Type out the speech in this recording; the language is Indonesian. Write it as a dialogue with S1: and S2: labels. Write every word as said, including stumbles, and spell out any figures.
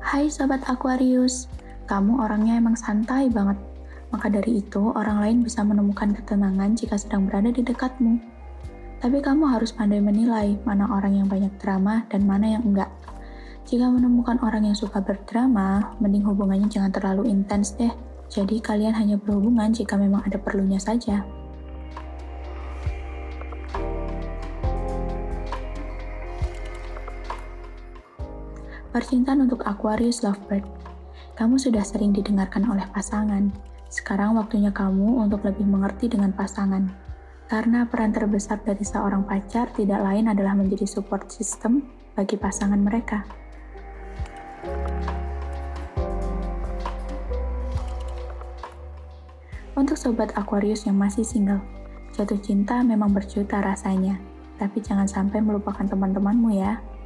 S1: Hai Sobat Aquarius, kamu orangnya emang santai banget. Maka dari itu, orang lain bisa menemukan ketenangan jika sedang berada di dekatmu. Tapi kamu harus pandai menilai mana orang yang banyak drama dan mana yang enggak. Jika menemukan orang yang suka berdrama, mending hubungannya jangan terlalu intens deh. Jadi kalian hanya berhubungan jika memang ada perlunya saja. Percintaan untuk Aquarius Lovebird. Kamu sudah sering didengarkan oleh pasangan. Sekarang waktunya kamu untuk lebih mengerti dengan pasangan. Karena peran terbesar dari seorang pacar tidak lain adalah menjadi support system bagi pasangan mereka. Untuk Sobat Aquarius yang masih single, jatuh cinta memang berjuta rasanya. Tapi jangan sampai melupakan teman-temanmu ya.